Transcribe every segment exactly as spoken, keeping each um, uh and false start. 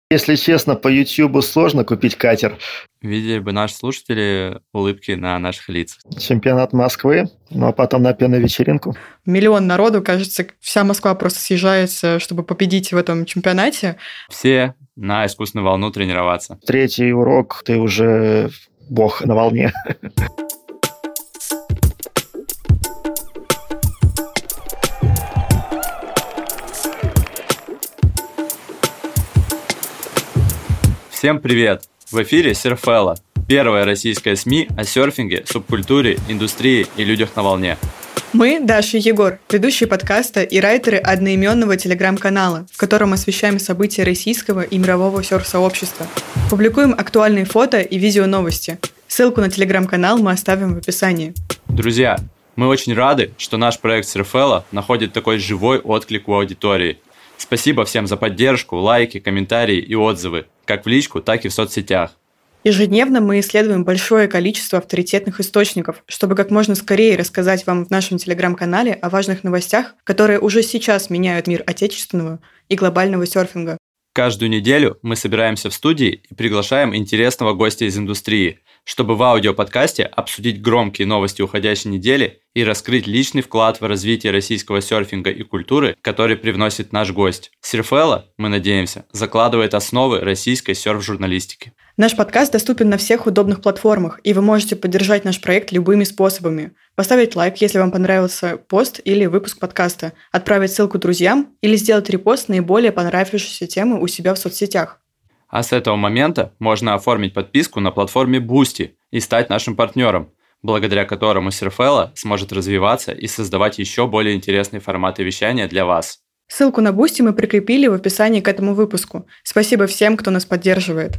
Если честно, по Ютубу сложно купить катер. Видели бы наши слушатели улыбки на наших лицах. Чемпионат Москвы, ну а потом на пенную вечеринку. Миллион народу, кажется, вся Москва просто съезжается, чтобы победить в этом чемпионате. Все на искусственную волну тренироваться. Третий урок, ты уже бог на волне. Всем привет! В эфире Серфелло, первая российская СМИ о серфинге, субкультуре, индустрии и людях на волне. Мы, Даша и Егор, ведущие подкаста и райтеры одноименного телеграм-канала, в котором освещаем события российского и мирового серф-сообщества. Публикуем актуальные фото и видео-новости. Ссылку на телеграм-канал мы оставим в описании. Друзья, мы очень рады, что наш проект Серфелло находит такой живой отклик у аудитории. Спасибо всем за поддержку, лайки, комментарии и отзывы, как в личку, так и в соцсетях. Ежедневно мы исследуем большое количество авторитетных источников, чтобы как можно скорее рассказать вам в нашем телеграм-канале о важных новостях, которые уже сейчас меняют мир отечественного и глобального серфинга. Каждую неделю мы собираемся в студии и приглашаем интересного гостя из индустрии, чтобы в аудиоподкасте обсудить громкие новости уходящей недели и раскрыть личный вклад в развитие российского серфинга и культуры, который привносит наш гость. Серфелло, мы надеемся, закладывает основы российской серф-журналистики. Наш подкаст доступен на всех удобных платформах, и вы можете поддержать наш проект любыми способами. Поставить лайк, если вам понравился пост или выпуск подкаста, отправить ссылку друзьям или сделать репост наиболее понравившейся темы у себя в соцсетях. А с этого момента можно оформить подписку на платформе Boosty и стать нашим партнером, благодаря которому Серфелло сможет развиваться и создавать еще более интересные форматы вещания для вас. Ссылку на Boosty мы прикрепили в описании к этому выпуску. Спасибо всем, кто нас поддерживает.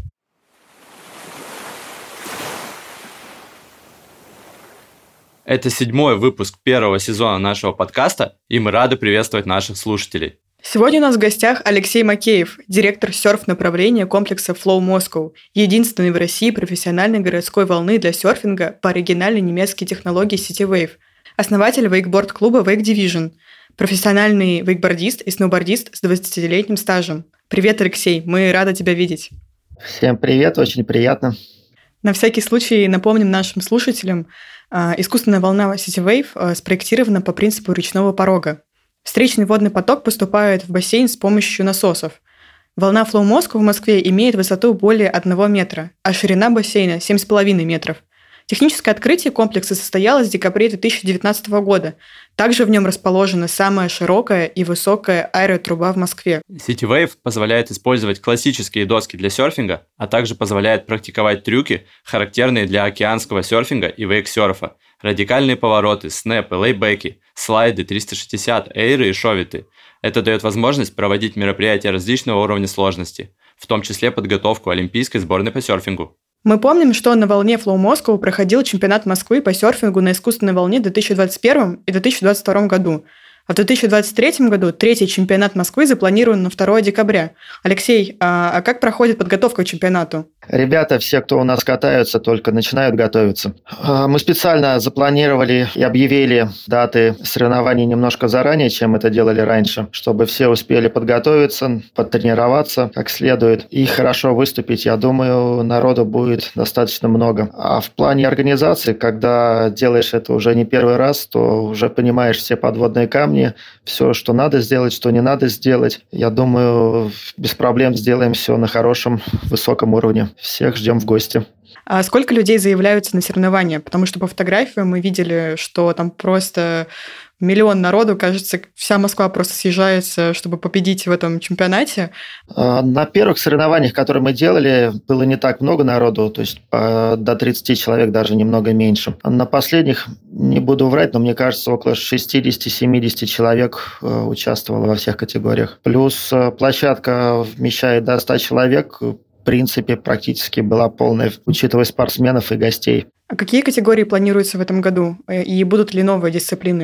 Это седьмой выпуск первого сезона нашего подкаста, и мы рады приветствовать наших слушателей. Сегодня у нас в гостях Алексей Макеев, директор серф-направления комплекса Flow Moscow, единственный в России профессиональной городской волны для серфинга по оригинальной немецкой технологии CityWave, основатель вейкборд-клуба Wake Division, профессиональный вейкбордист и сноубордист с двадцатилетним стажем. Привет, Алексей, мы рады тебя видеть. Всем привет, очень приятно. На всякий случай напомним нашим слушателям, искусственная волна CityWave спроектирована по принципу речного порога. Встречный водный поток поступает в бассейн с помощью насосов. Волна Flow Moscow в Москве имеет высоту более одного метра, а ширина бассейна – семь с половиной метров. Техническое открытие комплекса состоялось в декабре две тысячи девятнадцатого года. Также в нем расположена самая широкая и высокая аэротруба в Москве. CityWave позволяет использовать классические доски для серфинга, а также позволяет практиковать трюки, характерные для океанского серфинга и вейксерфа, радикальные повороты, снэпы, лейбеки, слайды, триста шестьдесят, эйры и шовиты. Это дает возможность проводить мероприятия различного уровня сложности, в том числе подготовку олимпийской сборной по серфингу. Мы помним, что на волне Flow Moscow проходил чемпионат Москвы по серфингу на искусственной волне в две тысячи двадцать первом и две тысячи двадцать втором году. А в две тысячи двадцать третьем году третий чемпионат Москвы запланирован на второго декабря. Алексей, а, а как проходит подготовка к чемпионату? Ребята, все, кто у нас катаются, только начинают готовиться. Мы специально запланировали и объявили даты соревнований немножко заранее, чем это делали раньше, чтобы все успели подготовиться, потренироваться как следует и хорошо выступить. Я думаю, народу будет достаточно много. А в плане организации, когда делаешь это уже не первый раз, то уже понимаешь все подводные камни, все, что надо сделать, что не надо сделать. Я думаю, без проблем сделаем все на хорошем, высоком уровне. Всех ждем в гости. А сколько людей заявляются на соревнования? Потому что по фотографиям мы видели, что там просто миллион народу, кажется, вся Москва просто съезжается, чтобы победить в этом чемпионате. На первых соревнованиях, которые мы делали, было не так много народу, то есть до тридцати человек, даже немного меньше. На последних, не буду врать, но мне кажется, около шестьдесят-семьдесят человек участвовало во всех категориях. Плюс площадка вмещает до ста человек. В принципе, практически была полная, учитывая спортсменов и гостей. А какие категории планируются в этом году? И будут ли новые дисциплины?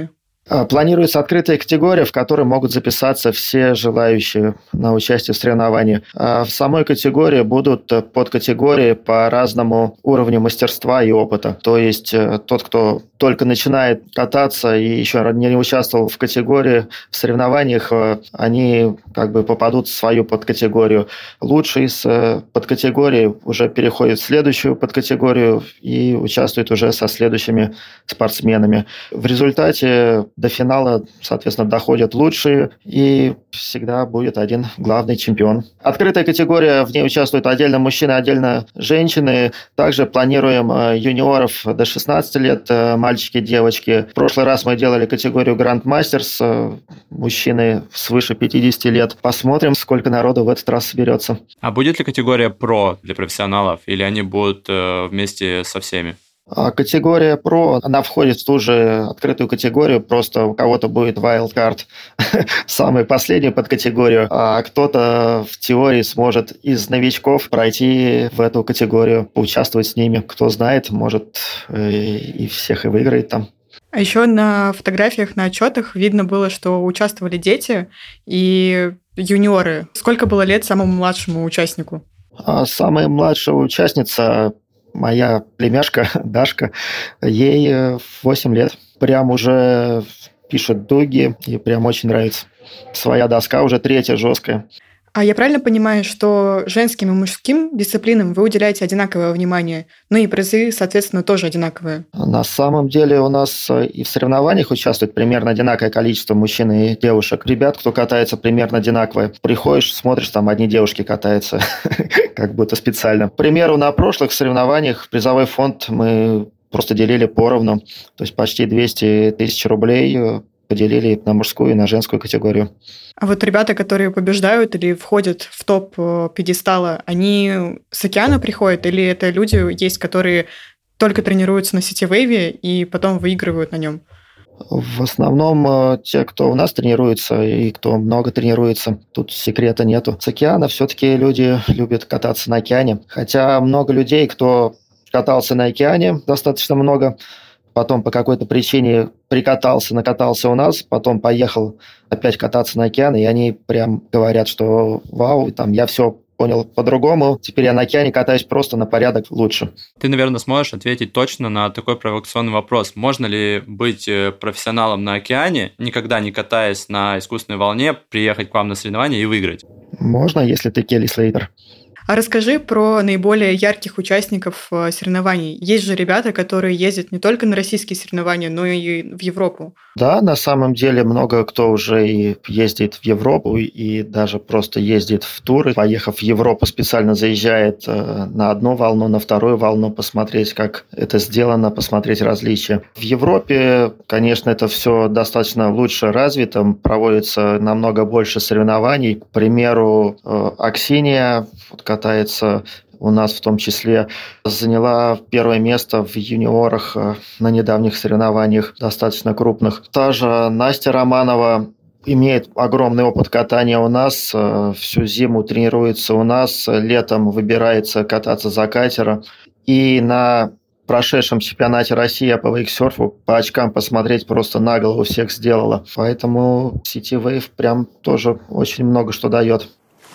Планируется открытая категория, в которой могут записаться все желающие на участие в соревновании. А в самой категории будут подкатегории по разному уровню мастерства и опыта. То есть тот, кто только начинает кататься и еще не участвовал в категории, в соревнованиях, они как бы попадут в свою подкатегорию. Лучший из подкатегории уже переходит в следующую подкатегорию и участвует уже со следующими спортсменами. В результате до финала, соответственно, доходят лучшие, и всегда будет один главный чемпион. Открытая категория, в ней участвуют отдельно мужчины, отдельно женщины. Также планируем юниоров до шестнадцати лет, мальчики, девочки. В прошлый раз мы делали категорию Grand Masters, мужчины свыше пятидесяти лет. Посмотрим, сколько народу в этот раз соберется. А будет ли категория Pro для профессионалов, или они будут вместе со всеми? Категория Pro, она входит в ту же открытую категорию, просто у кого-то будет wildcard, самую последнюю подкатегорию, а кто-то в теории сможет из новичков пройти в эту категорию, поучаствовать с ними. Кто знает, может и всех и выиграет там. А еще на фотографиях, на отчетах видно было, что участвовали дети и юниоры. Сколько было лет самому младшему участнику? Самая младшая участница моя племяшка Дашка, ей восемь лет. Прям уже пишет дуги, и прям очень нравится. Своя доска уже третья жесткая. А я правильно понимаю, что женским и мужским дисциплинам вы уделяете одинаковое внимание, ну и призы, соответственно, тоже одинаковые? На самом деле у нас и в соревнованиях участвует примерно одинаковое количество мужчин и девушек. Ребят, кто катается, примерно одинаковое. Приходишь, смотришь, там одни девушки катаются, как будто специально. К примеру, на прошлых соревнованиях призовой фонд мы просто делили поровну, то есть почти двести тысяч рублей поделили на мужскую и на женскую категорию. А вот ребята, которые побеждают или входят в топ пьедестала, они с океана приходят или это люди есть, которые только тренируются на ситивейве и потом выигрывают на нем? В основном те, кто у нас тренируется и кто много тренируется, тут секрета нету. С океана все-таки люди любят кататься на океане. Хотя много людей, кто катался на океане, достаточно много, потом по какой-то причине прикатался, накатался у нас, потом поехал опять кататься на океан, и они прям говорят, что вау, там я все понял по-другому, теперь я на океане катаюсь просто на порядок лучше. Ты, наверное, сможешь ответить точно на такой провокационный вопрос. Можно ли быть профессионалом на океане, никогда не катаясь на искусственной волне, приехать к вам на соревнования и выиграть? Можно, если ты Келли Слейтер. А расскажи про наиболее ярких участников соревнований. Есть же ребята, которые ездят не только на российские соревнования, но и в Европу. Да, на самом деле много кто уже и ездит в Европу, и даже просто ездит в туры. Поехав в Европу, специально заезжает на одну волну, на вторую волну, посмотреть, как это сделано, посмотреть различия. В Европе, конечно, это все достаточно лучше развито, проводится намного больше соревнований. К примеру, Аксинья катается у нас в том числе, заняла первое место в юниорах на недавних соревнованиях, достаточно крупных. Та же Настя Романова имеет огромный опыт катания у нас, всю зиму тренируется у нас, летом выбирается кататься за катера. И на прошедшем чемпионате России по вейксерфу по очкам посмотреть просто на голову всех сделала. Поэтому ситивейв прям тоже очень много что дает.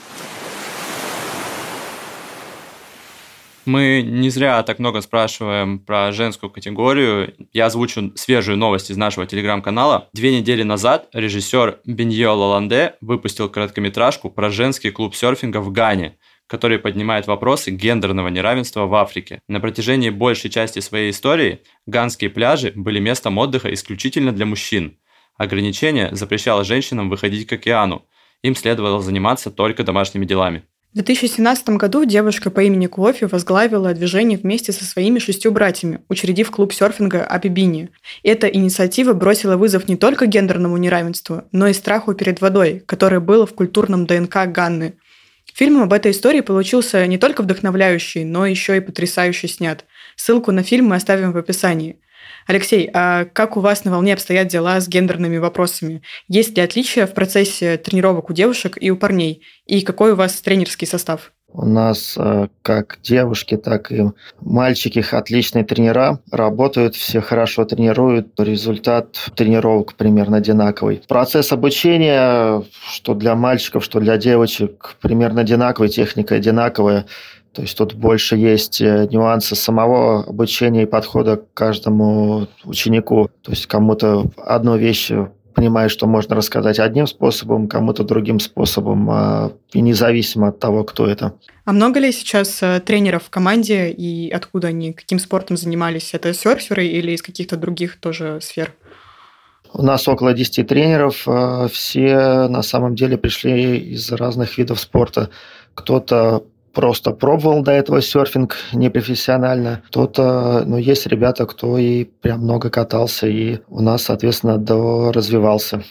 Мы не зря так много спрашиваем про женскую категорию. Я озвучу свежую новость из нашего телеграм-канала. Две недели назад режиссер Беньо Лаланде выпустил короткометражку про женский клуб серфинга в Гане, который поднимает вопросы гендерного неравенства в Африке. На протяжении большей части своей истории ганские пляжи были местом отдыха исключительно для мужчин. Ограничение запрещало женщинам выходить к океану. Им следовало заниматься только домашними делами. В две тысячи семнадцатом году девушка по имени Клофи возглавила движение вместе со своими шестью братьями, учредив клуб серфинга Абибини. Эта инициатива бросила вызов не только гендерному неравенству, но и страху перед водой, которое было в культурном ДНК Ганны. Фильм об этой истории получился не только вдохновляющий, но еще и потрясающе снят. Ссылку на фильм мы оставим в описании. Алексей, а как у вас на волне обстоят дела с гендерными вопросами? Есть ли отличия в процессе тренировок у девушек и у парней? И какой у вас тренерский состав? У нас как девушки, так и мальчики отличные тренера, работают, все хорошо тренируют, результат тренировок примерно одинаковый. Процесс обучения, что для мальчиков, что для девочек, примерно одинаковый, техника одинаковая. То есть тут больше есть нюансы самого обучения и подхода к каждому ученику. То есть кому-то одну вещь понимаешь, что можно рассказать одним способом, кому-то другим способом, и независимо от того, кто это. А много ли сейчас тренеров в команде и откуда они, каким спортом занимались? Это серферы или из каких-то других тоже сфер? У нас около десяти тренеров, все на самом деле пришли из разных видов спорта. Кто-то просто пробовал до этого серфинг непрофессионально. Кто-то, ну, есть ребята, кто и прям много катался, и у нас, соответственно, доразвивался.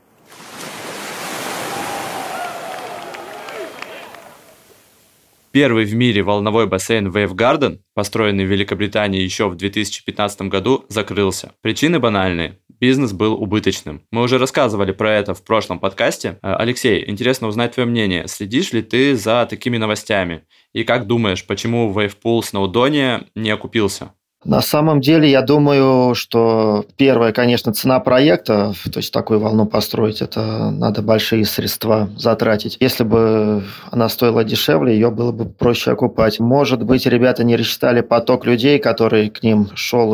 Первый в мире волновой бассейн Wave Garden, построенный в Великобритании еще в две тысячи пятнадцатом году, закрылся. Причины банальные. Бизнес был убыточным. Мы уже рассказывали про это в прошлом подкасте. Алексей, интересно узнать твое мнение. Следишь ли ты за такими новостями? И как думаешь, почему Wavepul Snowdonia не окупился? На самом деле, я думаю, что первое, конечно, цена проекта, то есть такую волну построить, это надо большие средства затратить. Если бы она стоила дешевле, ее было бы проще окупать. Может быть, ребята не рассчитали поток людей, который к ним шел,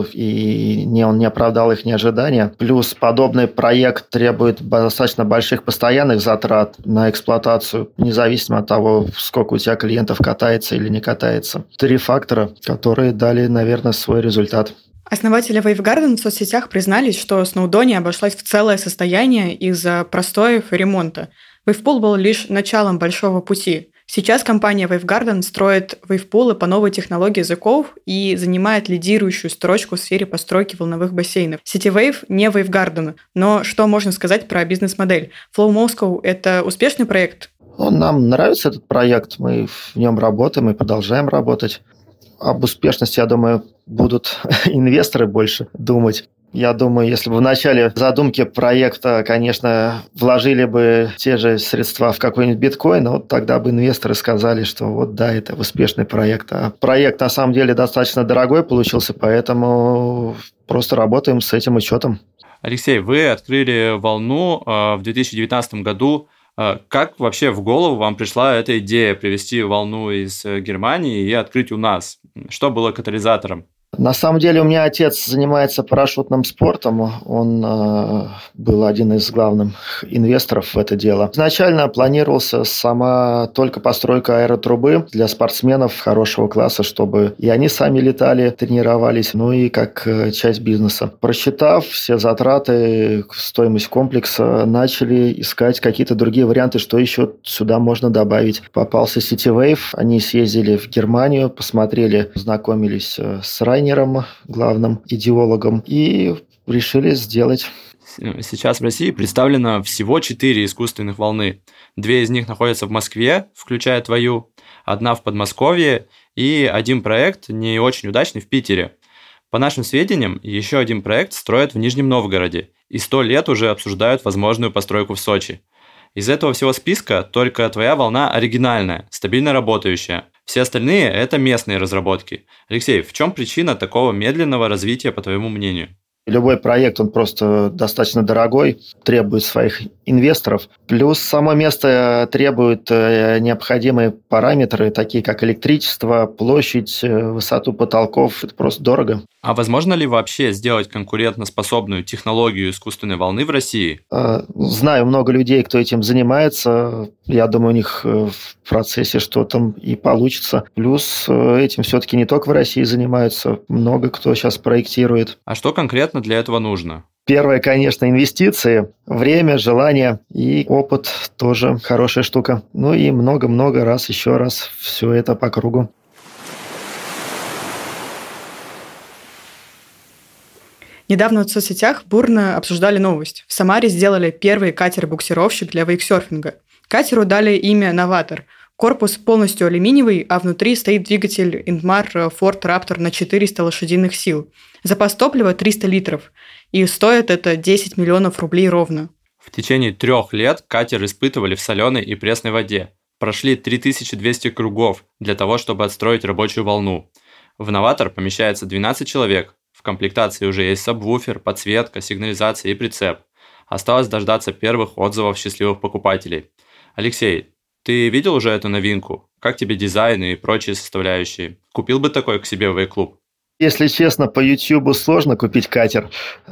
и не, он не оправдал их ожидания. Плюс подобный проект требует достаточно больших постоянных затрат на эксплуатацию, независимо от того, сколько у тебя клиентов катается или не катается. Три фактора, которые дали, наверное, свой результат. Основатели Wave Garden в соцсетях признались, что Snowdonia обошлась в целое состояние из-за простоев и ремонта. Wavepul был лишь началом большого пути. Сейчас компания Wave Garden строит Wavepul по новой технологии The Cove и занимает лидирующую строчку в сфере постройки волновых бассейнов. CityWave не Wave Garden, но что можно сказать про бизнес-модель? Flow Moscow – это успешный проект? Нам нравится этот проект, мы в нем работаем и продолжаем работать. Об успешности, я думаю, будут инвесторы больше думать. Я думаю, если бы в начале задумки проекта, конечно, вложили бы те же средства в какой-нибудь биткоин, вот тогда бы инвесторы сказали, что вот да, это успешный проект. А проект на самом деле достаточно дорогой получился, поэтому просто работаем с этим учетом. Алексей, вы открыли волну в две тысячи девятнадцатом году. Как вообще в голову вам пришла эта идея привезти волну из Германии и открыть у нас? Что было катализатором? На самом деле у меня отец занимается парашютным спортом, он э, был один из главных инвесторов в это дело. Изначально планировался сама только постройка аэротрубы для спортсменов хорошего класса, чтобы и они сами летали, тренировались, ну и как часть бизнеса. Просчитав все затраты, стоимость комплекса, начали искать какие-то другие варианты, что еще сюда можно добавить. Попался CityWave, они съездили в Германию, посмотрели, знакомились с Райнером, главным идеологом, и решили сделать. Сейчас в России представлено всего четыре искусственных волны. Две из них находятся в Москве, включая твою, одна в Подмосковье и один проект, не очень удачный, в Питере. По нашим сведениям, еще один проект строят в Нижнем Новгороде, и сто лет уже обсуждают возможную постройку в Сочи. Из этого всего списка только твоя волна оригинальная, стабильно работающая. Все остальные – это местные разработки. Алексей, в чем причина такого медленного развития, по твоему мнению? Любой проект, он просто достаточно дорогой, требует своих инвесторов. Плюс само место требует необходимые параметры, такие как электричество, площадь, высоту потолков. Это просто дорого. А возможно ли вообще сделать конкурентоспособную технологию искусственной волны в России? Знаю много людей, кто этим занимается. Я думаю, у них в процессе что-то и получится. Плюс этим все-таки не только в России занимаются. Много кто сейчас проектирует. А что конкретно для этого нужно? Первое, конечно, инвестиции, время, желание и опыт тоже хорошая штука. Ну и много-много раз, еще раз все это по кругу. Недавно в соцсетях бурно обсуждали новость. В Самаре сделали первый катер-буксировщик для вейксерфинга. Катеру дали имя «Новатор». Корпус полностью алюминиевый, а внутри стоит двигатель Индмар Ford Raptor на четыреста лошадиных сил. Запас топлива триста литров. И стоит это десять миллионов рублей ровно. В течение трех лет катер испытывали в соленой и пресной воде. прошли три тысячи двести кругов для того, чтобы отстроить рабочую волну. В новатор помещается двенадцать человек. В комплектации уже есть сабвуфер, подсветка, сигнализация и прицеп. Осталось дождаться первых отзывов счастливых покупателей. Алексей, ты видел уже эту новинку? Как тебе дизайн и прочие составляющие? Купил бы такой к себе в вейк-клуб? Если честно, по Ютубу сложно купить катер.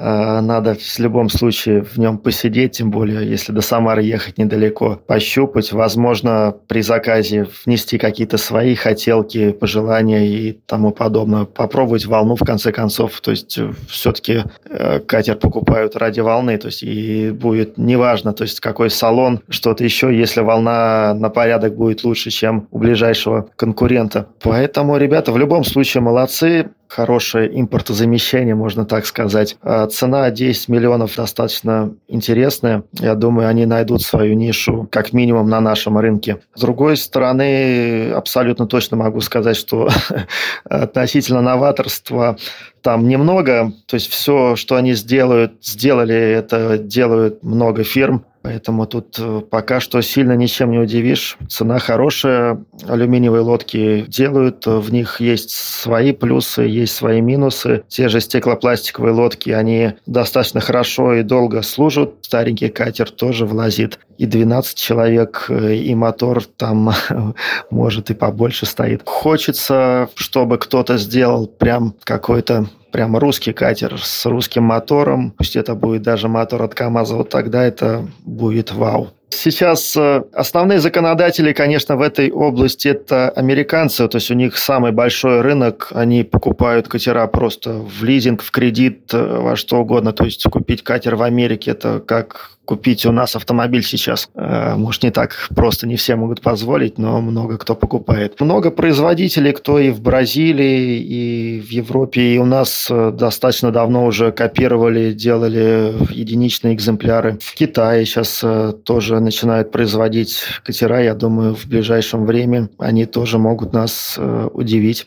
Надо в любом случае в нем посидеть, тем более, если до Самары ехать недалеко, пощупать. Возможно, при заказе внести какие-то свои хотелки, пожелания и тому подобное. Попробовать волну, в конце концов. То есть, все-таки катер покупают ради волны. То есть, и будет неважно, то есть, какой салон, что-то еще, если волна на порядок будет лучше, чем у ближайшего конкурента. Поэтому, ребята, в любом случае молодцы. Хорошее импортозамещение, можно так сказать. Цена десять миллионов достаточно интересная. Я думаю, они найдут свою нишу как минимум на нашем рынке. С другой стороны, абсолютно точно могу сказать, что относительно новаторства там немного. То есть все, что они сделают, сделали, это делают много фирм. Поэтому тут пока что сильно ничем не удивишь. Цена хорошая, алюминиевые лодки делают, в них есть свои плюсы, есть свои минусы. Те же стеклопластиковые лодки, они достаточно хорошо и долго служат. Старенький катер тоже влазит и двенадцать человек, и мотор там может и побольше стоит. Хочется, чтобы кто-то сделал прям какой-то прям русский катер с русским мотором. Пусть это будет даже мотор от КамАЗа, вот тогда это будет вау. Сейчас основные законодатели, конечно, в этой области это американцы, то есть у них самый большой рынок, они покупают катера просто в лизинг, в кредит, во что угодно, то есть купить катер в Америке это как купить у нас автомобиль сейчас. Может, не так просто, не все могут позволить, но много кто покупает. Много производителей, кто и в Бразилии, и в Европе, и у нас достаточно давно уже копировали, делали единичные экземпляры. В Китае сейчас тоже начинают производить катера, я думаю, в ближайшем времени они тоже могут нас удивить.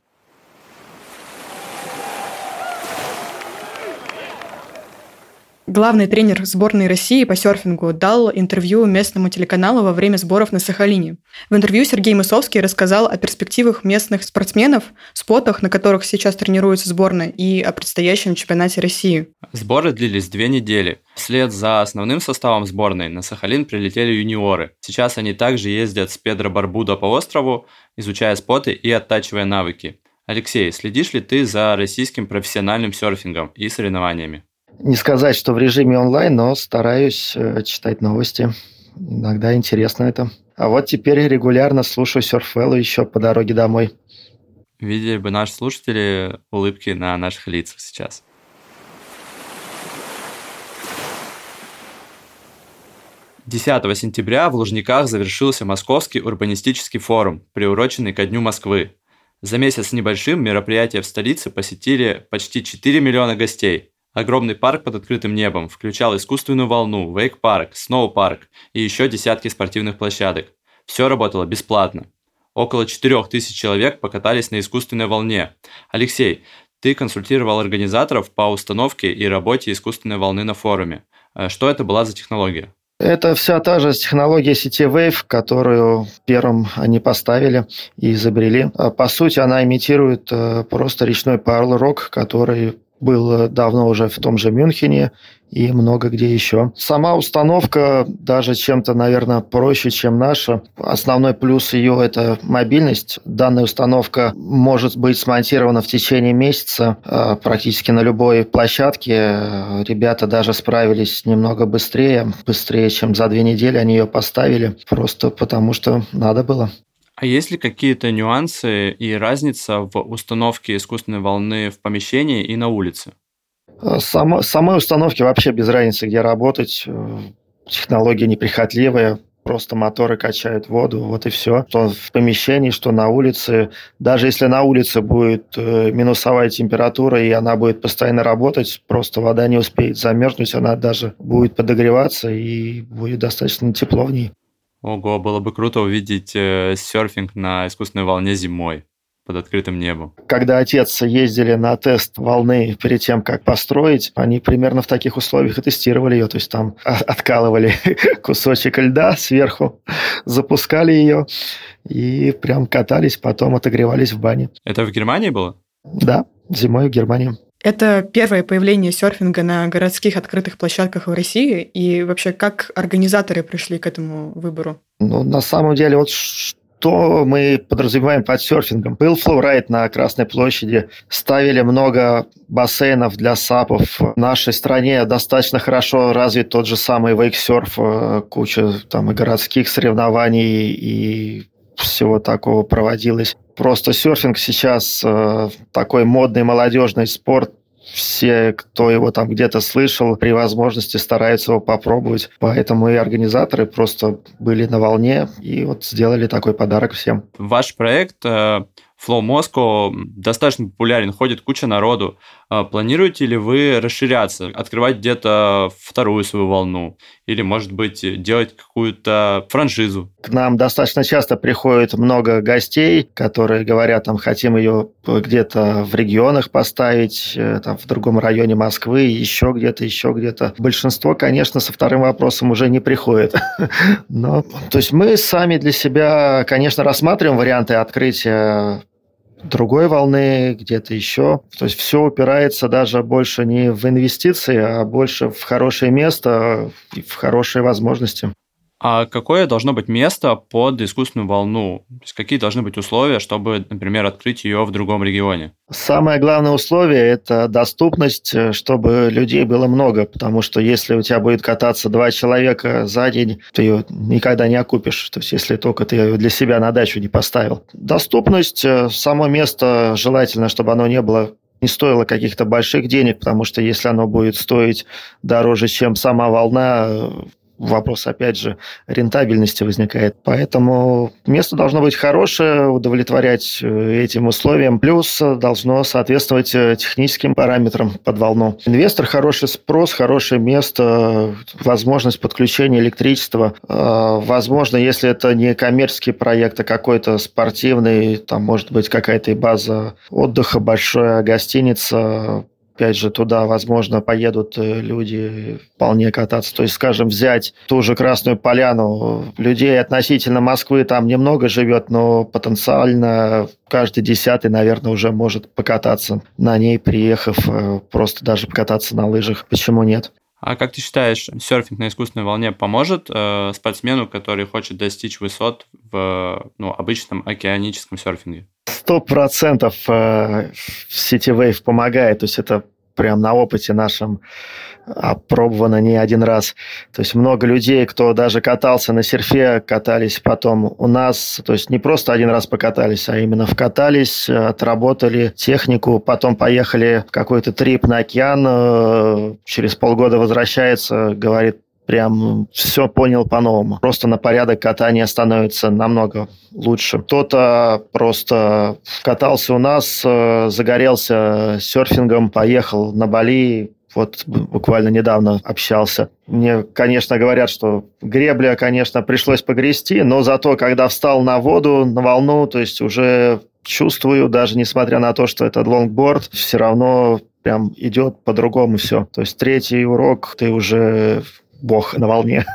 Главный тренер сборной России по серфингу дал интервью местному телеканалу во время сборов на Сахалине. В интервью Сергей Мысовский рассказал о перспективах местных спортсменов, спотах, на которых сейчас тренируется сборная, и о предстоящем чемпионате России. Сборы длились две недели. Вслед за основным составом сборной на Сахалин прилетели юниоры. Сейчас они также ездят с Педро Барбудо по острову, изучая споты и оттачивая навыки. Алексей, следишь ли ты за российским профессиональным серфингом и соревнованиями? Не сказать, что в режиме онлайн, но стараюсь э, читать новости. Иногда интересно это. А вот теперь регулярно слушаю Surfwell еще по дороге домой. Видели бы наши слушатели улыбки на наших лицах сейчас. десятого сентября в Лужниках завершился Московский урбанистический форум, приуроченный ко Дню Москвы. За месяц с небольшим мероприятие в столице посетили почти четыре миллиона гостей. Огромный парк под открытым небом включал искусственную волну, вейк-парк, сноу-парк и еще десятки спортивных площадок. Все работало бесплатно. Около четырех тысяч человек покатались на искусственной волне. Алексей, ты консультировал организаторов по установке и работе искусственной волны на форуме. Что это была за технология? Это вся та же технология CityWave, которую первым они поставили и изобрели. По сути, она имитирует просто речной парлорок, который был давно уже в том же Мюнхене и много где еще. Сама установка даже чем-то, наверное, проще, чем наша. Основной плюс ее – это мобильность. Данная установка может быть смонтирована в течение месяца практически на любой площадке. Ребята даже справились немного быстрее, быстрее, чем за две недели они ее поставили, просто потому что надо было. А есть ли какие-то нюансы и разница в установке искусственной волны в помещении и на улице? Само, самой установке вообще без разницы, где работать. Технология неприхотливая. Просто моторы качают воду, вот и все. Что в помещении, что на улице. Даже если на улице будет минусовая температура, и она будет постоянно работать, просто вода не успеет замерзнуть, она даже будет подогреваться, и будет достаточно тепло в ней. Ого, было бы круто увидеть э, серфинг на искусственной волне зимой. под открытым небом. Когда отец ездили на тест волны перед тем, как построить, они примерно в таких условиях и тестировали ее. То есть там откалывали кусочек льда сверху, запускали ее и прям катались, потом отогревались в бане. Это в Германии было? Да, зимой в Германии. Это первое появление серфинга на городских открытых площадках в России. И вообще, как организаторы пришли к этому выбору? Ну, на самом деле, вот что мы подразумеваем под серфингом? Был флоурайд на Красной площади, ставили много бассейнов для сапов. В нашей стране достаточно хорошо развит тот же самый вейксерф, куча там и городских соревнований, и всего такого проводилось. Просто серфинг сейчас э, такой модный молодежный спорт. Все, кто его там где-то слышал, при возможности стараются его попробовать. Поэтому и организаторы просто были на волне и вот сделали такой подарок всем. Ваш проект э, Flow Moscow достаточно популярен, ходит куча народу. Э, планируете ли вы расширяться, открывать где-то вторую свою волну? Или, может быть, делать какую-то франшизу? К нам достаточно часто приходит много гостей, которые говорят, там, хотим ее где-то в регионах поставить, там, в другом районе Москвы, еще где-то, еще где-то. Большинство, конечно, со вторым вопросом уже не приходит. Но, то есть мы сами для себя, конечно, рассматриваем варианты открытия другой волны, где-то еще. То есть все упирается даже больше не в инвестиции, а больше в хорошее место и в хорошие возможности. А какое должно быть место под искусственную волну? То есть какие должны быть условия, чтобы, например, открыть ее в другом регионе? Самое главное условие – это доступность, чтобы людей было много, потому что если у тебя будет кататься два человека за день, ты ее никогда не окупишь, то есть если только ты ее для себя на дачу не поставил. Доступность, само место желательно, чтобы оно не было не стоило каких-то больших денег, потому что если оно будет стоить дороже, чем сама волна, вопрос, опять же, рентабельности возникает. Поэтому место должно быть хорошее, удовлетворять этим условиям, плюс должно соответствовать техническим параметрам под волну. Инвестор, хороший спрос, хорошее место, возможность подключения электричества. Возможно, если это не коммерческий проект, а какой-то спортивный, там может быть какая-то и база отдыха, большая гостиница. Опять же, туда, возможно, поедут люди вполне кататься. То есть, скажем, взять ту же Красную Поляну. Людей относительно Москвы там немного живет, но потенциально каждый десятый, наверное, уже может покататься на ней, приехав, просто даже покататься на лыжах. Почему нет? А как ты считаешь, серфинг на искусственной волне поможет э, спортсмену, который хочет достичь высот в ну, обычном океаническом серфинге? Сто процентов City Wave помогает, то есть это прям на опыте нашем опробовано не один раз. То есть много людей, кто даже катался на серфе, катались потом у нас, то есть не просто один раз покатались, а именно вкатались, отработали технику, потом поехали в какой-то трип на океан, через полгода возвращается, говорит, прям все понял по-новому. Просто на порядок катания становится намного лучше. Кто-то просто катался у нас, загорелся серфингом, поехал на Бали. Вот буквально недавно общался. Мне, конечно, говорят, что гребля, конечно, пришлось погрести, но зато, когда встал на воду, на волну, то есть уже чувствую, даже несмотря на то, что это лонгборд, все равно прям идет по-другому все. То есть третий урок, ты уже бог на волне.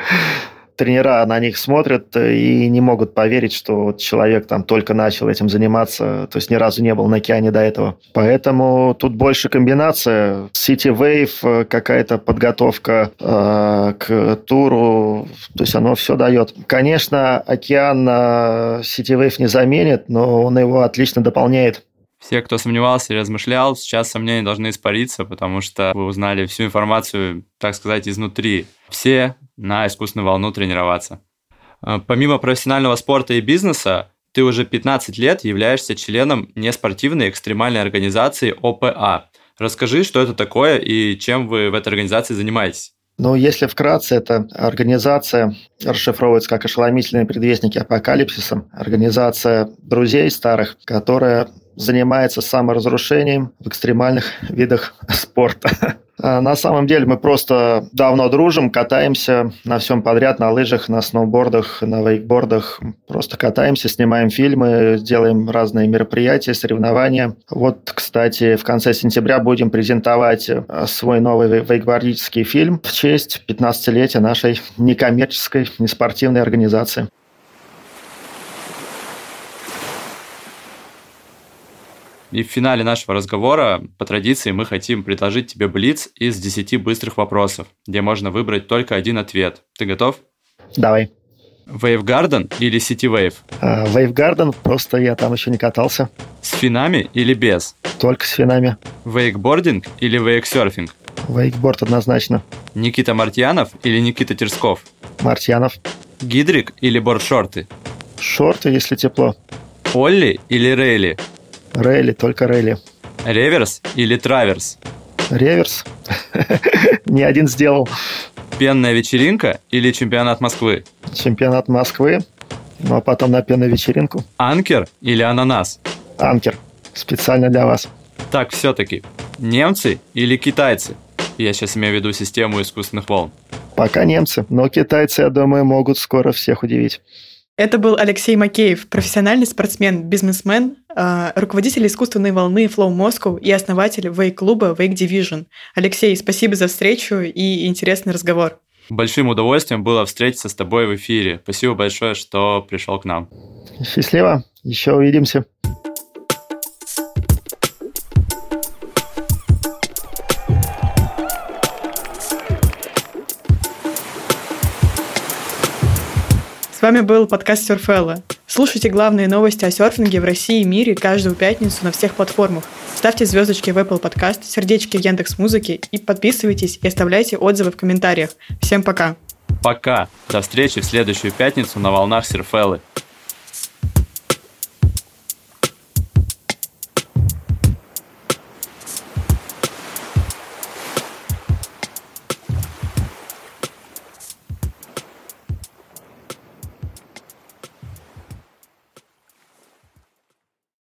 Тренера на них смотрят и не могут поверить, что вот человек там только начал этим заниматься, то есть ни разу не был на океане до этого. Поэтому тут больше комбинация. City Wave, какая-то подготовка э, к туру, то есть оно все дает. Конечно, океан City Wave не заменит, но он его отлично дополняет. Все, кто сомневался и размышлял, сейчас сомнения должны испариться, потому что вы узнали всю информацию, так сказать, изнутри. Все на искусственную волну тренироваться. Помимо профессионального спорта и бизнеса, ты уже пятнадцать лет являешься членом неспортивной экстремальной организации о пэ а. Расскажи, что это такое и чем вы в этой организации занимаетесь. Ну, если вкратце, это организация, расшифровывается как ошеломительные предвестники апокалипсиса, организация друзей старых, которая занимается саморазрушением в экстремальных видах спорта. На самом деле мы просто давно дружим, катаемся на всем подряд, на лыжах, на сноубордах, на вейкбордах. Просто катаемся, снимаем фильмы, делаем разные мероприятия, соревнования. Вот, кстати, в конце сентября будем презентовать свой новый вейкбордический фильм в честь пятнадцатилетия нашей некоммерческой, неспортивной организации. И в финале нашего разговора, по традиции, мы хотим предложить тебе блиц из десяти быстрых вопросов, где можно выбрать только один ответ. Ты готов? Давай. Wavegarden или Citywave? Uh, Wavegarden, просто я там еще не катался. С финами или без? Только с финами. Вейкбординг или вейксерфинг? Вейкборд однозначно. Никита Мартьянов или Никита Терсков? Мартьянов. Гидрик или бордшорты? Шорты, если тепло. Олли или рейли? Рейли, только рейли. Реверс или траверс? Реверс. Не один сделал. Пенная вечеринка или чемпионат Москвы? Чемпионат Москвы, ну а потом на пенную вечеринку. Анкер или ананас? Анкер. Специально для вас. Так, все-таки, немцы или китайцы? Я сейчас имею в виду систему искусственных волн. Пока немцы, но китайцы, я думаю, могут скоро всех удивить. Это был Алексей Макеев, профессиональный спортсмен, бизнесмен, руководитель искусственной волны Flow Moscow и основатель вейк-клуба Wake Division. Алексей, спасибо за встречу и интересный разговор. Большим удовольствием было встретиться с тобой в эфире. Спасибо большое, что пришел к нам. Счастливо. Еще увидимся. С вами был подкаст Surfella. Слушайте главные новости о серфинге в России и мире каждую пятницу на всех платформах. Ставьте звездочки в Apple Podcast, сердечки в Яндекс.Музыке и подписывайтесь и оставляйте отзывы в комментариях. Всем пока. Пока. До встречи в следующую пятницу на волнах Surfella.